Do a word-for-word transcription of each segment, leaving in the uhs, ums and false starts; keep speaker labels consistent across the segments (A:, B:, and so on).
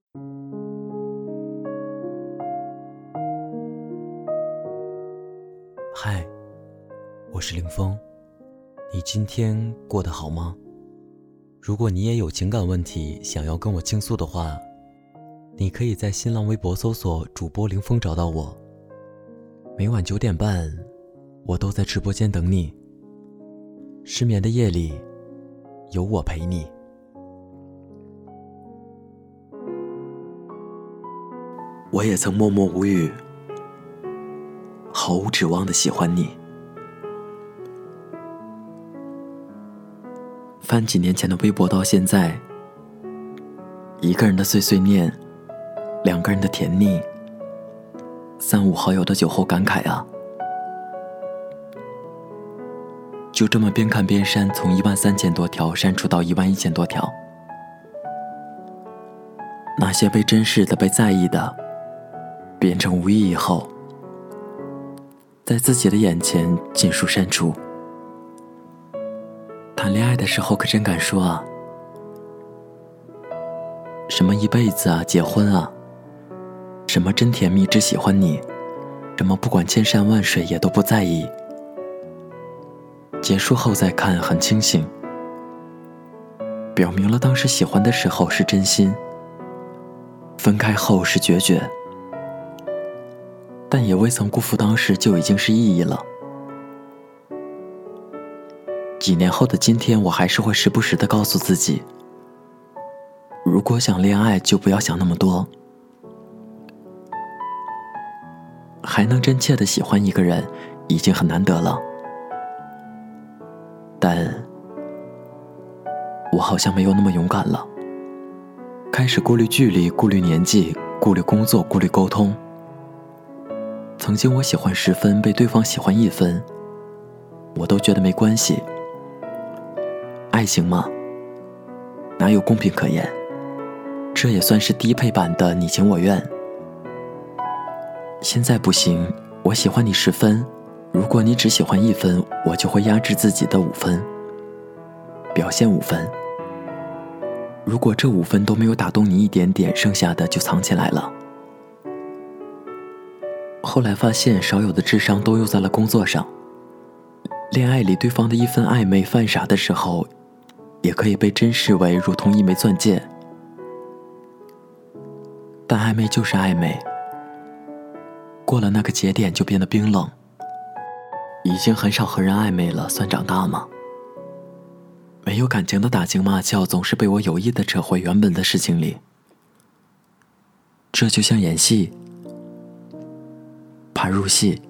A: 嗨，我是林峰，你今天过得好吗？如果你也有情感问题想要跟我倾诉的话，你可以在新浪微博搜索主播林峰找到我。每晚九点半，我都在直播间等你。失眠的夜里，有我陪你。我也曾默默无语，毫无指望地喜欢你。翻几年前的微博到现在，一个人的碎碎念，两个人的甜腻，三五好友的酒后感慨啊。就这么边看边删，从一万三千多条删除到一万一千多条。那些被珍视的、被在意的，变成无意义后，在自己的眼前尽数删除。谈恋爱的时候可真敢说啊，什么一辈子啊，结婚啊，什么真甜蜜只喜欢你，什么不管千山万水也都不在意。结束后再看很清醒，表明了当时喜欢的时候是真心，分开后是决绝，但也未曾辜负当时就已经是意义了。几年后的今天，我还是会时不时地告诉自己，如果想恋爱就不要想那么多，还能真切地喜欢一个人已经很难得了。但我好像没有那么勇敢了，开始顾虑距离，顾虑年纪，顾虑工作，顾虑沟通。曾经我喜欢十分，被对方喜欢一分，我都觉得没关系。爱情嘛，哪有公平可言？这也算是低配版的你情我愿。现在不行，我喜欢你十分，如果你只喜欢一分，我就会压制自己的五分，表现五分。如果这五分都没有打动你一点点，剩下的就藏起来了。后来发现少有的智商都用在了工作上，恋爱里对方的一分暧昧犯傻的时候，也可以被珍视为如同一枚钻戒。但暧昧就是暧昧，过了那个节点就变得冰冷。已经很少和人暧昧了，算长大吗？没有感情的打情骂俏总是被我有意地扯回原本的事情里。这就像演戏，怕入戏，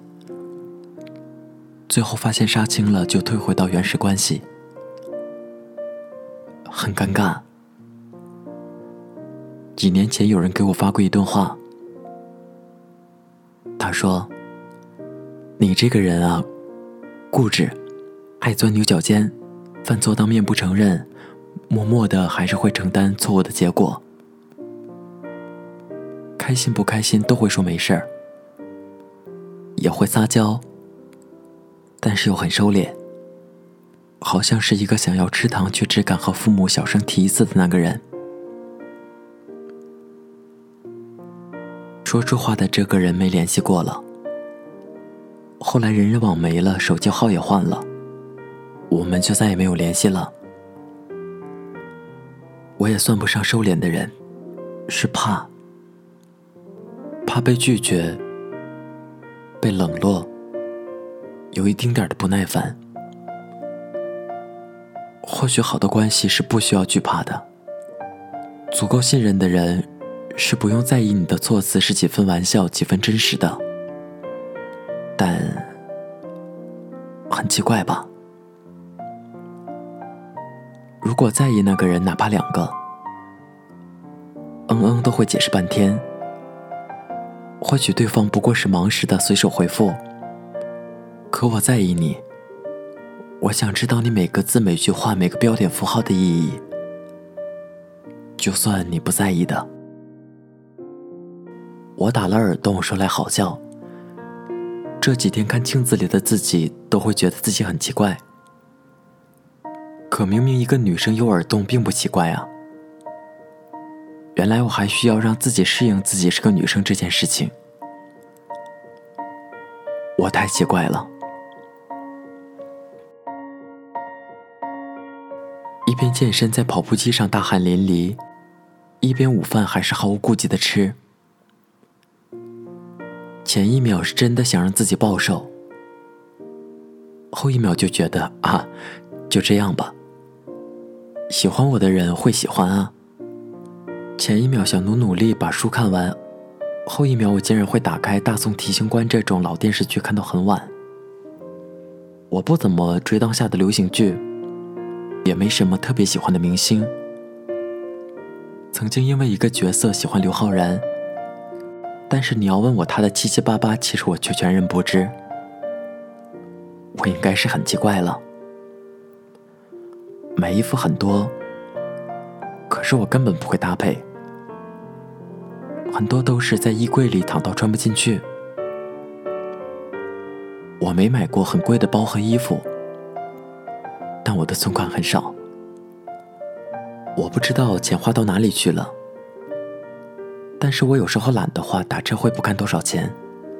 A: 最后发现杀青了就退回到原始关系，很尴尬。几年前有人给我发过一段话，他说，你这个人啊，固执，爱钻牛角尖，犯错当面不承认，默默的还是会承担错误的结果。开心不开心都会说没事儿，也会撒娇，但是又很收敛，好像是一个想要吃糖却只敢和父母小声提一次的那个人。说出话的这个人没联系过了，后来人人网没了，手机号也换了，我们就再也没有联系了。我也算不上收敛的人，是怕怕被拒绝，被冷落，有一丁点的不耐烦。或许好的关系是不需要惧怕的，足够信任的人是不用在意你的措辞是几分玩笑几分真实的。但很奇怪吧，如果在意那个人哪怕两个，嗯嗯都会解释半天。或许对方不过是忙时的随手回复，可我在意你，我想知道你每个字每句话每个标点符号的意义，就算你不在意的。我打了耳洞说来好笑，这几天看镜子里的自己都会觉得自己很奇怪，可明明一个女生有耳洞并不奇怪啊。 原来我还需要让自己适应自己是个女生这件事情。我太奇怪了。一边健身在跑步机上大汗淋漓，一边午饭还是毫无顾忌的吃。前一秒是真的想让自己暴瘦，后一秒就觉得啊，就这样吧。喜欢我的人会喜欢啊。前一秒想努努力把书看完，后一秒我竟然会打开大宋提刑官这种老电视剧看到很晚。我不怎么追当下的流行剧，也没什么特别喜欢的明星。曾经因为一个角色喜欢刘昊然，但是你要问我他的七七八八，其实我却全然不知。我应该是很奇怪了。买衣服很多，可是我根本不会搭配，很多都是在衣柜里躺到穿不进去。我没买过很贵的包和衣服，但我的存款很少，我不知道钱花到哪里去了。但是我有时候懒的话，打车会不看多少钱。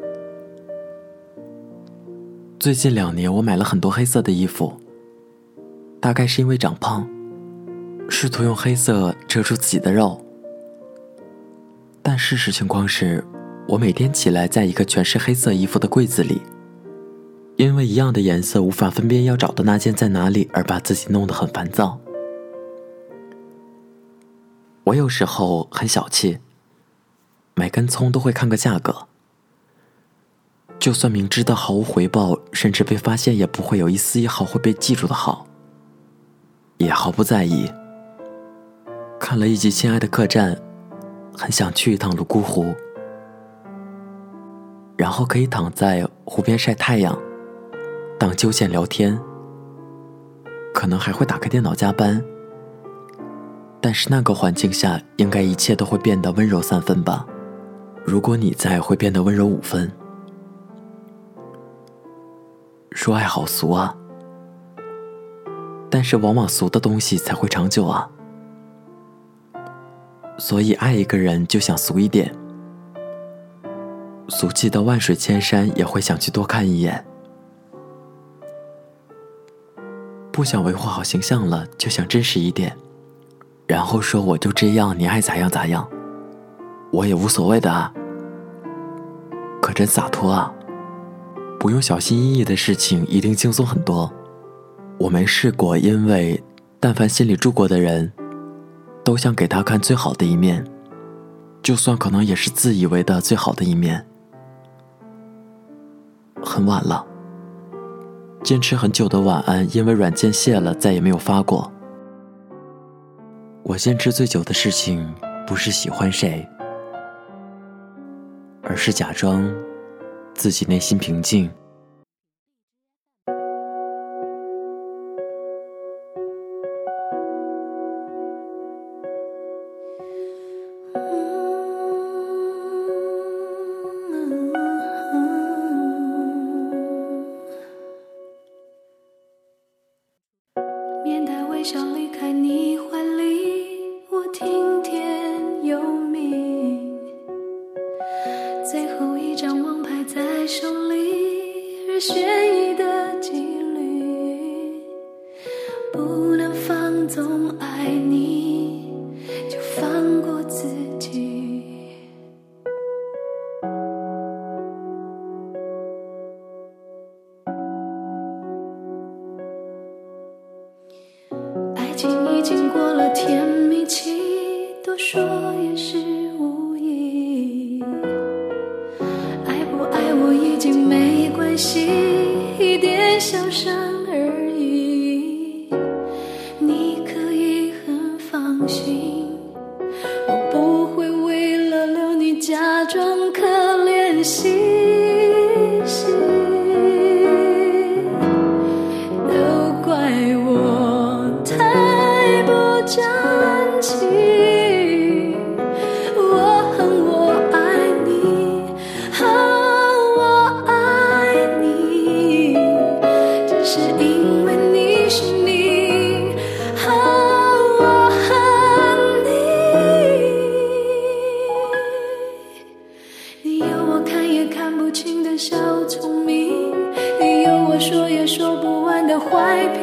A: 最近两年我买了很多黑色的衣服，大概是因为长胖，试图用黑色遮住自己的肉。但事实情况是，我每天起来在一个全是黑色衣服的柜子里，因为一样的颜色无法分辨要找的那件在哪里，而把自己弄得很烦躁。我有时候很小气，买根葱都会看个价格，就算明知道毫无回报，甚至被发现也不会有一丝一毫会被记住的好，也毫不在意。看了一集《亲爱的客栈》，很想去一趟泸沽湖，然后可以躺在湖边晒太阳，当纠线聊天，可能还会打开电脑加班。但是那个环境下，应该一切都会变得温柔三分吧。如果你在，会变得温柔五分。说爱好俗啊，但是往往俗的东西才会长久啊。所以爱一个人就想俗一点，俗气到万水千山也会想去多看一眼。不想维护好形象了，就想真实一点，然后说我就这样，你爱咋样咋样，我也无所谓的啊。可真洒脱啊，不用小心翼翼的事情一定轻松很多。我没试过，因为但凡心里住过的人都想给他看最好的一面，就算可能也是自以为的最好的一面。很晚了，坚持很久的晚安因为软件卸了再也没有发过。我坚持最久的事情不是喜欢谁，而是假装自己内心平静。
B: 面带微笑离开你怀里，我听天由命，最后一张王牌在手里，而悬疑的几率，不能放纵爱你，就放过自己。爱情已经过了甜蜜期，多说也是无益。爱不爱我已经没关系，一点小伤而已。你可以很放心，我不会为了留你假装可怜兮兮。都怪我太不争气，我恨我爱你，恨我爱你，只是因为你是你，恨我恨你。 坏。